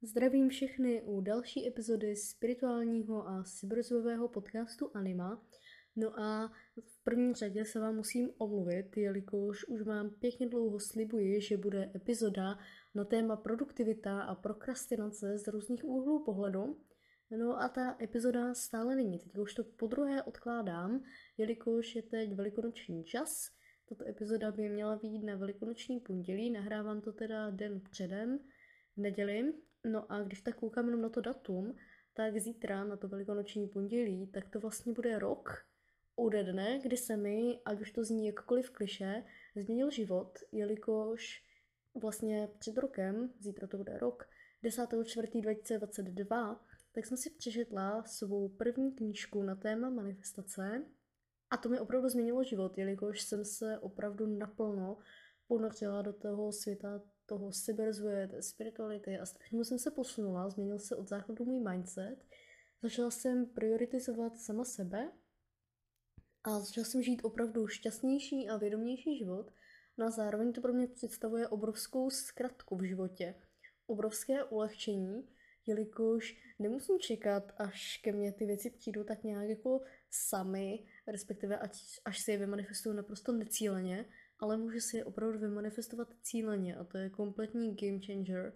Zdravím všechny u další epizody spirituálního a cyberzvojového podcastu Anima. No a v první řadě se vám musím omluvit, jelikož už vám pěkně dlouho slibuji, že bude epizoda na téma produktivita a prokrastinace z různých úhlů pohledu. No a ta epizoda stále není, teď už to podruhé odkládám, jelikož je teď velikonoční čas. Tato epizoda by měla vyjít na velikonoční pondělí, nahrávám to teda den předem, v neděli. No a když tak koukám jenom na to datum, tak zítra na to velikonoční pondělí, tak to vlastně bude rok ode dne, kdy se mi, ať už to zní jakkoliv klišé, změnil život, jelikož vlastně před rokem, zítra to bude rok, 10.4.2022, tak jsem si přečetla svou první knížku na téma manifestace a to mi opravdu změnilo život, jelikož jsem se opravdu naplno ponořila do toho světa toho cyberzvoje, té spirituality a strašně jsem se posunula, změnil se od základu můj mindset, začala jsem prioritizovat sama sebe a začala jsem žít opravdu šťastnější a vědomější život, no a zároveň to pro mě představuje obrovskou zkratku v životě, obrovské ulehčení, jelikož nemusím čekat, až ke mně ty věci přijdou tak nějak jako sami, respektive až si je vymanifestuju naprosto necíleně, ale můžu si je opravdu vymanifestovat cíleně a to je kompletní game changer,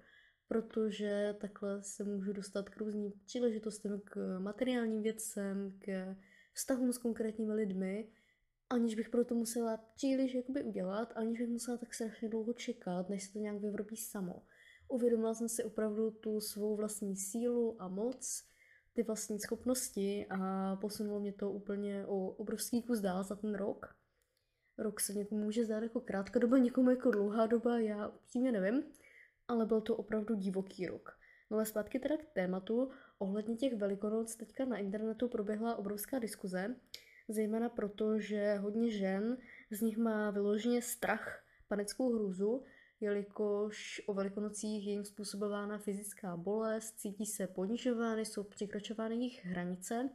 protože takhle se můžu dostat k různým příležitostem, k materiálním věcem, k vztahům s konkrétními lidmi, aniž bych proto musela příliš jakoby udělat, aniž bych musela tak strašně dlouho čekat, než se to nějak vyvrobí samo. Uvědomila jsem si opravdu tu svou vlastní sílu a moc, ty vlastní schopnosti a posunulo mě to úplně o obrovský kus dál za ten rok. Rok se někomu může zdát jako krátká doba, někomu jako dlouhá doba, já upřímně nevím, ale byl to opravdu divoký rok. No ale zpátky teda k tématu, ohledně těch Velikonoc teďka na internetu proběhla obrovská diskuze, zejména proto, že hodně žen z nich má vyloženě strach, panickou hrůzu, jelikož o Velikonocích je jim způsobována fyzická bolest, cítí se ponižovány, jsou překračovány jejich hranice,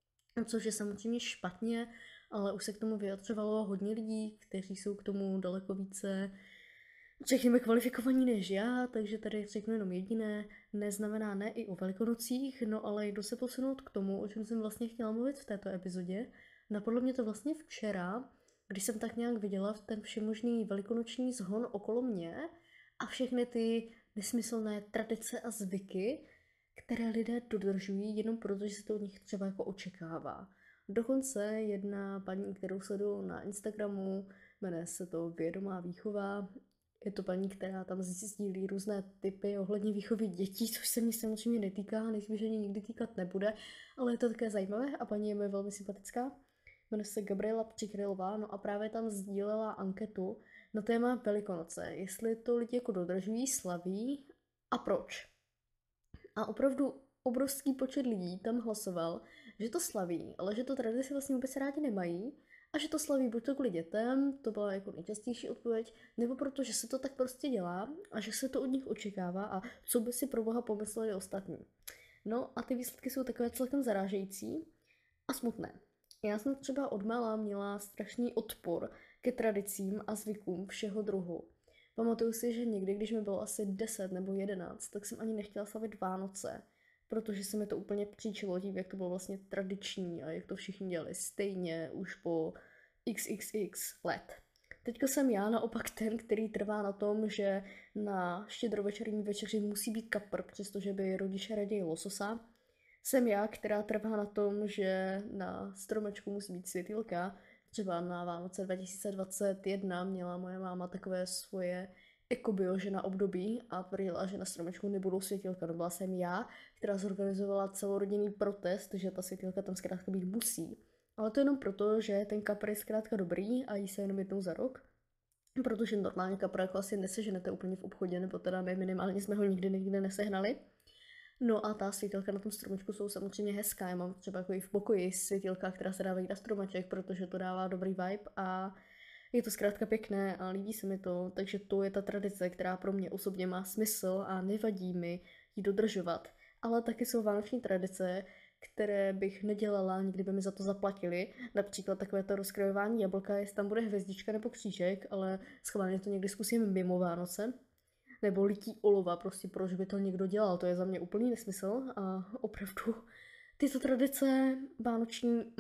což je samozřejmě špatně, ale už se k tomu vyjadřovalo hodně lidí, kteří jsou k tomu daleko více, řekněme, kvalifikovaní než já, takže tady řeknu jenom jediné, neznamená ne i o Velikonocích, no ale jdu se posunout k tomu, o čem jsem vlastně chtěla mluvit v této epizodě. Napadlo mě to vlastně včera, když jsem tak nějak viděla ten všemožný velikonoční zhon okolo mě a všechny ty nesmyslné tradice a zvyky, které lidé dodržují jenom proto, že se to od nich třeba jako očekává. Dokonce jedna paní, kterou sleduju na Instagramu, jmenuje se to Vědomá výchova, je to paní, která tam sdílí různé tipy ohledně výchovy dětí, což se mě samozřejmě netýká, nejspíš ani nikdy týkat nebude, ale je to také zajímavé a paní je mi velmi sympatická. Jmenuje se Gabriela Přikrylová, no a právě tam sdílela anketu na téma Velikonoce, jestli to lidi jako dodržují, slaví a proč. A opravdu obrovský počet lidí tam hlasoval, že to slaví, ale že to tradici vlastně vůbec rádi nemají a že to slaví buď to kvůli dětem, to byla jako nejčastější odpověď, nebo protože se to tak prostě dělá a že se to od nich očekává a co by si pro boha pomysleli ostatní. No a ty výsledky jsou takové celkem zarážející a smutné. Já jsem třeba od mala měla strašný odpor ke tradicím a zvykům všeho druhu. Pamatuju si, že někdy, když mi bylo asi 10 nebo 11, tak jsem ani nechtěla slavit Vánoce, protože se mi to úplně příčilo tím, jak to bylo vlastně tradiční a jak to všichni dělali stejně už po XXX let. Teďka jsem já naopak ten, který trvá na tom, že na štědrovečerní večeři musí být kapr, přestože by rodiče raději lososa. Jsem já, která trvá na tom, že na stromečku musí být světýlka. Třeba na Vánoce 2021 měla moje máma takové svoje ekobiožena období a tvrdila, že na stromečku nebudou světýlka. No byla jsem já, která zorganizovala celorodinný protest, že ta světýlka tam zkrátka být musí. Ale to jenom proto, že ten kapr je zkrátka dobrý a jí se jenom jednou za rok. Protože normálně kapr jako asi neseženete úplně v obchodě, nebo teda my minimálně jsme ho nikdy nesehnali. No a ta světýlka na tom stromečku jsou samozřejmě hezká. Já mám třeba jako i v pokoji světýlka, která se dávají na stromeček, protože to dává dobrý vibe a je to zkrátka pěkné a líbí se mi to. Takže to je ta tradice, která pro mě osobně má smysl a nevadí mi ji dodržovat. Ale taky jsou vánoční tradice, které bych nedělala, nikdy by mi za to zaplatili. Například takové to rozkrojování jablka, jestli tam bude hvězdička nebo křížek, ale schválně to někdy zkusím mimo Vánoce. nebo lití olova, prostě proč by to někdo dělal, to je za mě úplný nesmysl a opravdu tyto tradice vánoční,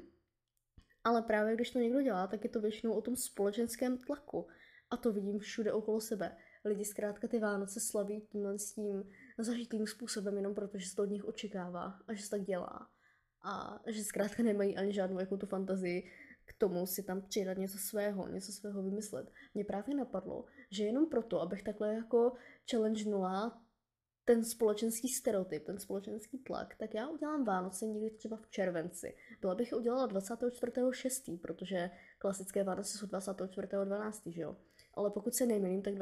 ale právě když to někdo dělá, tak je to většinou o tom společenském tlaku a to vidím všude okolo sebe. Lidi zkrátka ty Vánoce slaví tímhle s tím zažitým způsobem jenom proto, že se to od nich očekává a že se tak dělá. A že zkrátka nemají ani žádnou jako tu fantazii k tomu si tam přidat něco svého vymyslet. Mě právě napadlo, že jenom proto, abych takhle jako challengenula ten společenský stereotyp, ten společenský tlak, tak já udělám Vánoce někdy třeba v červenci. Byla bych je udělala 24.6., protože klasické Vánoce jsou 24.12., že jo? Ale pokud se nemýlím, tak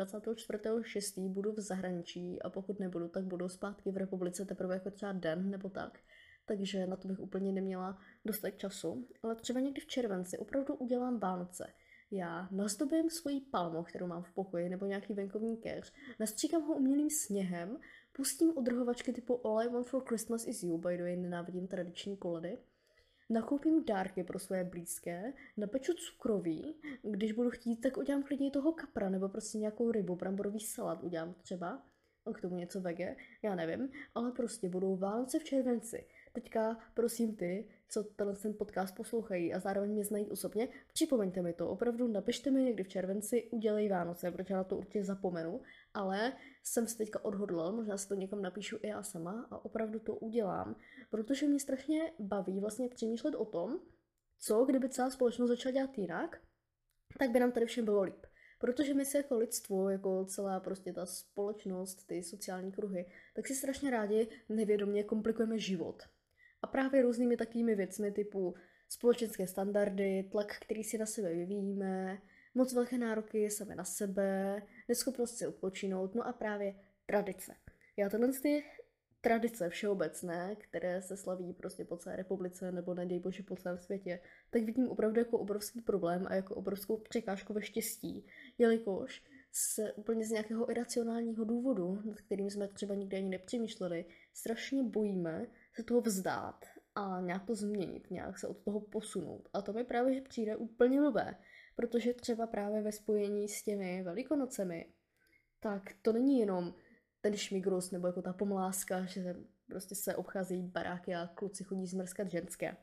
24.6. budu v zahraničí a pokud nebudu, tak budu zpátky v republice teprve jako třeba den nebo tak. Takže na to bych úplně neměla dostatek času. Ale třeba někdy v červenci opravdu udělám Vánoce. Já nazdobím svoji palmu, kterou mám v pokoji, nebo nějaký venkovní keř, nastříkám ho umělým sněhem, pustím odrhovačky typu All I Want for Christmas is You, by the way, nenávidím tradiční koledy, nakoupím dárky pro své blízké, napeču cukroví, když budu chtít, tak udělám klidně toho kapra, nebo prostě nějakou rybu, bramborový salát udělám třeba, k tomu něco vege, já nevím, ale prostě budou Vánoce v červenci. Teďka prosím ty, co ten podcast poslouchají a zároveň mě znají osobně, připomeňte mi to, opravdu napište mi někdy v červenci, udělej Vánoce, protože já na to určitě zapomenu, ale jsem se teďka odhodlal, možná si to někam napíšu i já sama a opravdu to udělám, protože mě strašně baví vlastně přemýšlet o tom, co kdyby celá společnost začala dělat jinak, tak by nám tady všem bylo líp. Protože my se jako lidstvo, jako celá prostě ta společnost, ty sociální kruhy, tak si strašně rádi nevědomě komplikujeme život. A právě různými takovými věcmi typu společenské standardy, tlak, který si na sebe vyvíjíme, moc velké nároky sami na sebe, neschopnost si odpočinout, no a právě tradice. Já tyhle ty tradice všeobecné, které se slaví prostě po celé republice nebo nedej bože po celém světě, tak vidím opravdu jako obrovský problém a jako obrovskou překážku ve štěstí, jelikož se úplně z nějakého iracionálního důvodu, nad kterým jsme třeba nikdy ani nepřemýšleli, strašně bojíme se toho vzdát a nějak to změnit, nějak se od toho posunout. A to mi právě že přijde úplně nové, protože třeba právě ve spojení s těmi Velikonocemi, tak to není jenom ten šmigrus nebo jako ta pomláska, že prostě se obcházejí baráky a kluci chodí zmrskat ženské.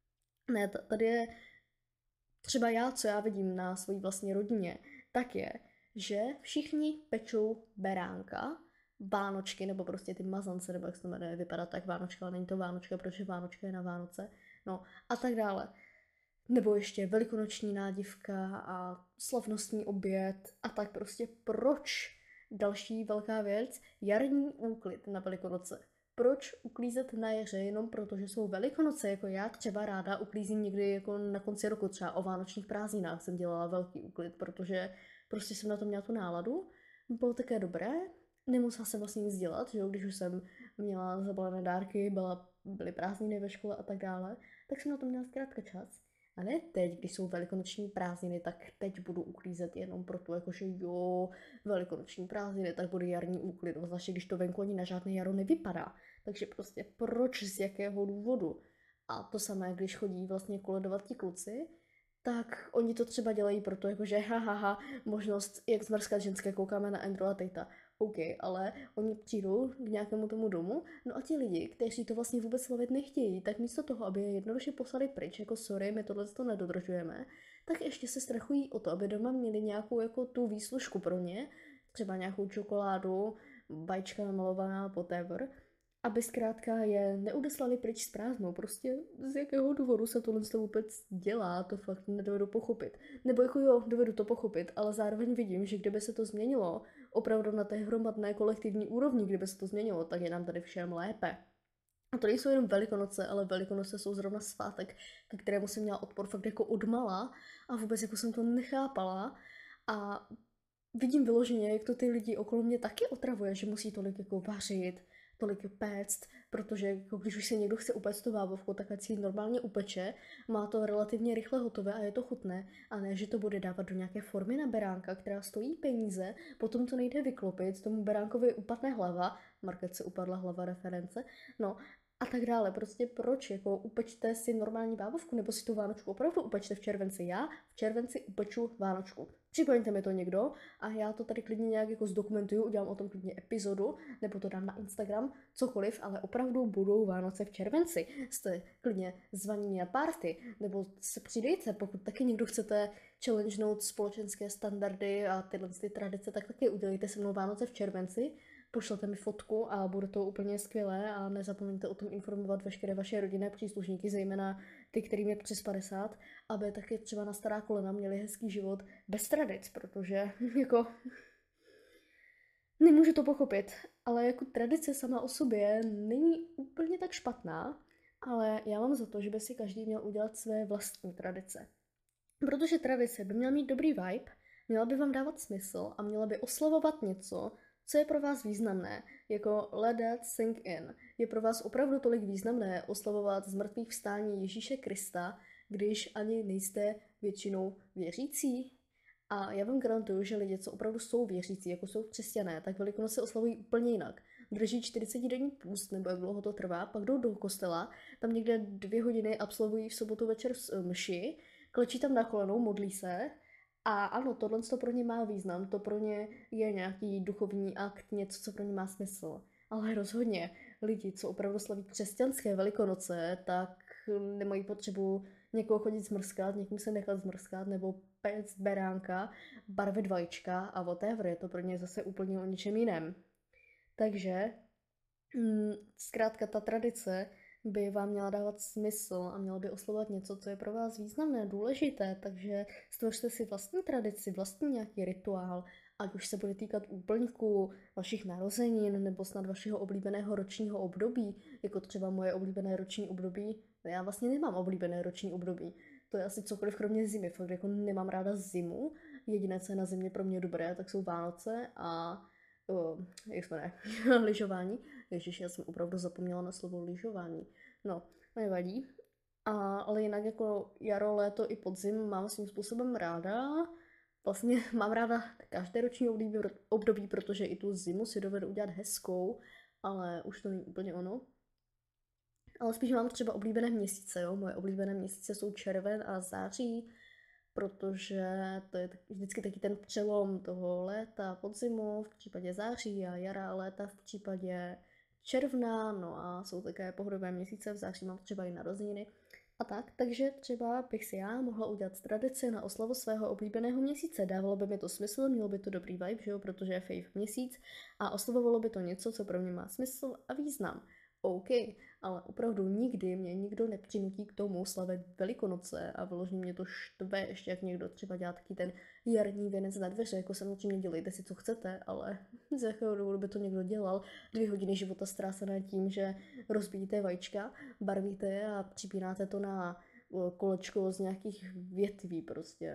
Ne, tady je třeba já, co já vidím na své vlastní rodině, tak je, že všichni pečou beránka, vánočky, nebo prostě ty mazance, nebo jak se to jmenuje, vypadá tak vánočka, ale není to vánočka, protože vánočka je na Vánoce, no a tak dále. Nebo ještě velikonoční nádivka a slavnostní oběd a tak prostě proč? Další velká věc, jarní úklid na Velikonoce. Proč uklízet na jaře jenom proto, že jsou Velikonoce, jako já třeba ráda uklízím někdy jako na konci roku, třeba o vánočních prázdninách jsem dělala velký úklid, protože prostě jsem na to měla tu náladu, bylo také dobré, nemusela jsem vlastně nic dělat, že jo, když už jsem měla zabalené dárky, byly prázdniny ve škole a tak dále, tak jsem na to měla zkrátka čas. A ne teď, když jsou velikonoční prázdniny, tak teď budu uklízet jenom proto, jakože jo, velikonoční prázdniny, tak bude jarní úklid, zvláště když to venku ani na žádné jaro nevypadá. Takže prostě proč, z jakého důvodu? A to samé, když chodí vlastně koledovat ti kluci, tak oni to třeba dělají proto, jakože možnost, jak zmrskat ženské, koukáme na Andrewa Tatea. OK, ale oni přijdou k nějakému tomu domu, no a ti lidi, kteří to vlastně vůbec slavit nechtějí, tak místo toho, aby je jednoduše poslali pryč, jako sorry, my tohle to nedodržujeme, tak ještě se strachují o to, aby doma měli nějakou jako tu výslužku pro ně, třeba nějakou čokoládu, vajíčka namalovaná, whatever, aby zkrátka je neudeslali pryč s prázdnou. Prostě z jakého důvodu se tohle vůbec dělá, to fakt nedovedu pochopit. Nebo jako jo, dovedu to pochopit, ale zároveň vidím, že kdyby se to změnilo opravdu na té hromadné kolektivní úrovni, kdyby se to změnilo, tak je nám tady všem lépe. A to nejsou jenom Velikonoce, ale Velikonoce jsou zrovna svátek, ke kterému jsem měla odpor fakt jako odmala a vůbec jako jsem to nechápala a vidím vyloženě, jak to ty lidi okolo mě taky otravuje, že musí tolik jako vařit, tolik péct, protože jako když už se někdo chce upéct tu bábovku, tak ať si ji normálně upeče, má to relativně rychle hotové a je to chutné, a ne, že to bude dávat do nějaké formy na beránka, která stojí peníze, potom to nejde vyklopit, tomu beránkovi upadne hlava, Marketce upadla hlava reference, no a tak dále. Prostě proč? Jako upečte si normální bábovku, nebo si tu vánočku opravdu upečte v červenci. Já v červenci upeču vánočku. Připomeňte mi to někdo a já to tady klidně nějak jako zdokumentuju, udělám o tom klidně epizodu, nebo to dám na Instagram, cokoliv, ale opravdu budou Vánoce v červenci. Jste klidně zvaní na party, nebo se přidejte, pokud taky někdo chcete challengenout společenské standardy a tyhle ty tradice, tak taky udělejte se mnou Vánoce v červenci, pošlete mi fotku a bude to úplně skvělé a nezapomeňte o tom informovat veškeré vaše rodinné příslušníky, zejména ty, kterým je přes 50, aby taky třeba na stará kolena měli hezký život bez tradic, protože jako nemůžu to pochopit, ale jako tradice sama o sobě není úplně tak špatná, ale já mám za to, že by si každý měl udělat své vlastní tradice. Protože tradice by měla mít dobrý vibe, měla by vám dávat smysl a měla by oslavovat něco, co je pro vás významné, jako let that sink in. Je pro vás opravdu tolik významné oslavovat zmrtvých vstání Ježíše Krista, když ani nejste většinou věřící? A já vám garantuju, že lidi, co opravdu jsou věřící, jako jsou křesťané, tak Velikonoce oslavují úplně jinak. Drží 40-denní půst, nebo jak dlouho to trvá, pak jdou do kostela, tam někde 2 hodiny absolvují v sobotu večer mši, klečí tam na kolenou, modlí se. A ano, tohle to pro ně má význam, to pro ně je nějaký duchovní akt, něco, co pro ně má smysl. Ale rozhodně lidi, co opravdu slaví křesťanské Velikonoce, tak nemají potřebu někoho chodit zmrskat, někým se nechat zmrskat, nebo péct beránka, barvit vajíčka a whatever, je to pro ně zase úplně o něčem jiném. Takže zkrátka ta tradice by vám měla dávat smysl a měla by oslovovat něco, co je pro vás významné, důležité, takže stvořte si vlastní tradici, vlastní nějaký rituál, ať už se bude týkat úplňků, vašich narozenin nebo snad vašeho oblíbeného ročního období, jako třeba moje oblíbené roční období. Já vlastně nemám oblíbené roční období, to je asi cokoliv kromě zimy, fakt jako nemám ráda zimu, jediné, co je na zimě pro mě dobré, tak jsou Vánoce a jak jsme ne, lyžování. Ježiš, já jsem opravdu zapomněla na slovo lyžování. No, nevadí. Ale jinak jako jaro, léto i podzim mám svým způsobem ráda. Vlastně mám ráda každé roční období, protože i tu zimu si dovedu udělat hezkou, ale už to není úplně ono. Ale spíš mám třeba oblíbené měsíce, jo. Moje oblíbené měsíce jsou červen a září, protože to je vždycky taky ten přelom toho léta, podzimu, v případě září a jara a léta v případě června, no a jsou také pohodové měsíce, v září mám třeba i narozeniny a tak, takže třeba bych si já mohla udělat tradici na oslavu svého oblíbeného měsíce, dávalo by mi to smysl, mělo by to dobrý vibe, že jo, protože je fave měsíc a oslavovalo by to něco, co pro mě má smysl a význam. OK, ale opravdu nikdy mě nikdo nepřinutí k tomu slavit Velikonoce a vyloženě mě to štve, ještě jak někdo třeba dělá taky ten jarní věnec na dveře, jako samozřejmě dělejte si, co chcete, ale z jakého důvodu by to někdo dělal, 2 hodiny života ztrácené tím, že rozbíjíte vajíčka, barvíte je a připínáte to na kolečko z nějakých větví prostě.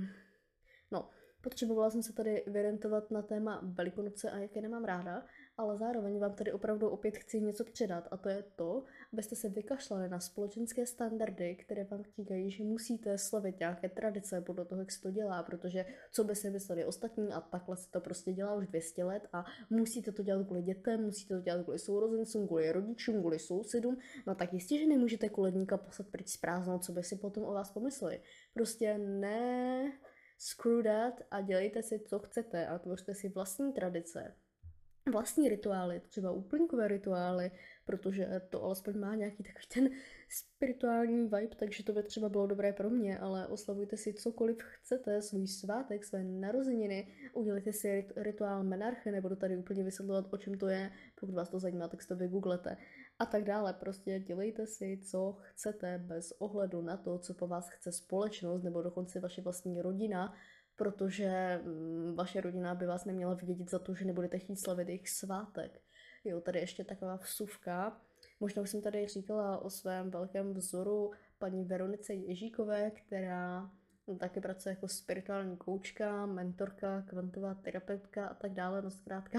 No, potřebovala jsem se tady vyorientovat na téma Velikonoce a jak je nemám ráda, ale zároveň vám tady opravdu opět chci něco předat a to je to, abyste se vykašlali na společenské standardy, které vám říkají, že musíte slavit nějaké tradice podle toho, jak se to dělá, protože co by se mysleli ostatní a takhle se to prostě dělá už 200 let a musíte to dělat kvůli dětem, musíte to dělat kvůli sourozencům, kvůli rodičům, kvůli sousedům, no tak jistě, že nemůžete koledníka poslat pryč s prázdnou, co by si potom o vás pomysleli. Prostě ne, screw that a dělejte si, co chcete a tvořte si vlastní tradice. Vlastní rituály, třeba úplňkové rituály, protože to alespoň má nějaký takový ten spirituální vibe, takže to by třeba bylo dobré pro mě, ale oslavujte si cokoliv chcete, svůj svátek, své narozeniny, udělejte si rituál menarche, nebudu tady úplně vysvětlovat, o čem to je, pokud vás to zajímá, tak si to vygooglete a tak dále, prostě dělejte si, co chcete, bez ohledu na to, co po vás chce společnost, nebo dokonce vaše vlastní rodina, protože vaše rodina by vás neměla vydědit za to, že nebudete chtít slavit jejich svátek. Jo, tady ještě taková vsuvka. Možná už jsem tady říkala o svém velkém vzoru paní Veronice Ježíkové, která taky pracuje jako spirituální koučka, mentorka, kvantová terapeutka a tak dále. No zkrátka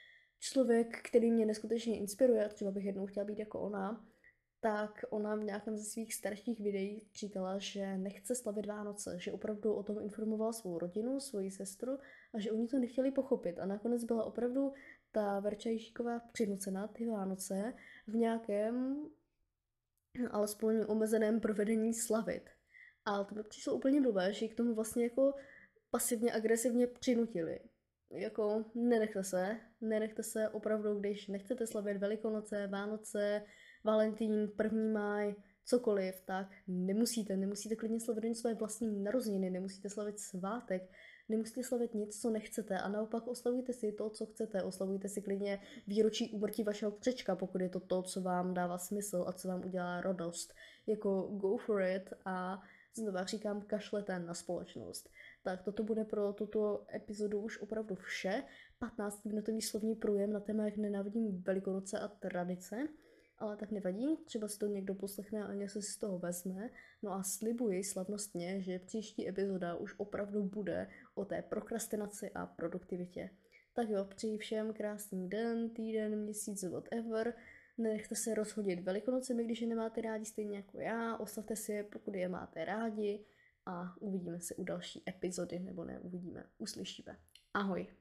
člověk, který mě neskutečně inspiruje, třeba bych jednou chtěla být jako ona, tak ona v nějakém ze svých starších videí říkala, že nechce slavit Vánoce, že opravdu o tom informovala svou rodinu, svoji sestru a že oni to nechtěli pochopit. A nakonec byla opravdu ta Verča Ježíková přinucena ty Vánoce v nějakém alespoň omezeném provedení slavit. A to mi přišlo úplně blbé, že k tomu vlastně jako pasivně agresivně přinutili. Jako nenechte se opravdu, když nechcete slavit Velikonoce, Vánoce, Valentín, 1. máj, cokoliv, tak nemusíte klidně slavit své vlastní narozeniny, nemusíte slavit svátek, nemusíte slavit nic, co nechcete a naopak oslavujte si to, co chcete, oslavujte si klidně výročí úmrtí vašeho křečka, pokud je to to, co vám dává smysl a co vám udělá radost. Jako go for it a znova říkám, kašlete na společnost. Tak toto bude pro tuto epizodu už opravdu vše. 15-minutový slovní průjem na téma, jak nenávidím Velikonoce a tradice. Ale tak nevadí, třeba si to někdo poslechne a něco si z toho vezme. No a slibuji slavnostně, že příští epizoda už opravdu bude o té prokrastinaci a produktivitě. Tak jo, přeji všem krásný den, týden, měsíc, whatever. Nenechte se rozhodit Velikonocemi, když je nemáte rádi stejně jako já. Oslavte si je, pokud je máte rádi. A uvidíme se u další epizody, nebo ne uvidíme, uslyšíme. Ahoj.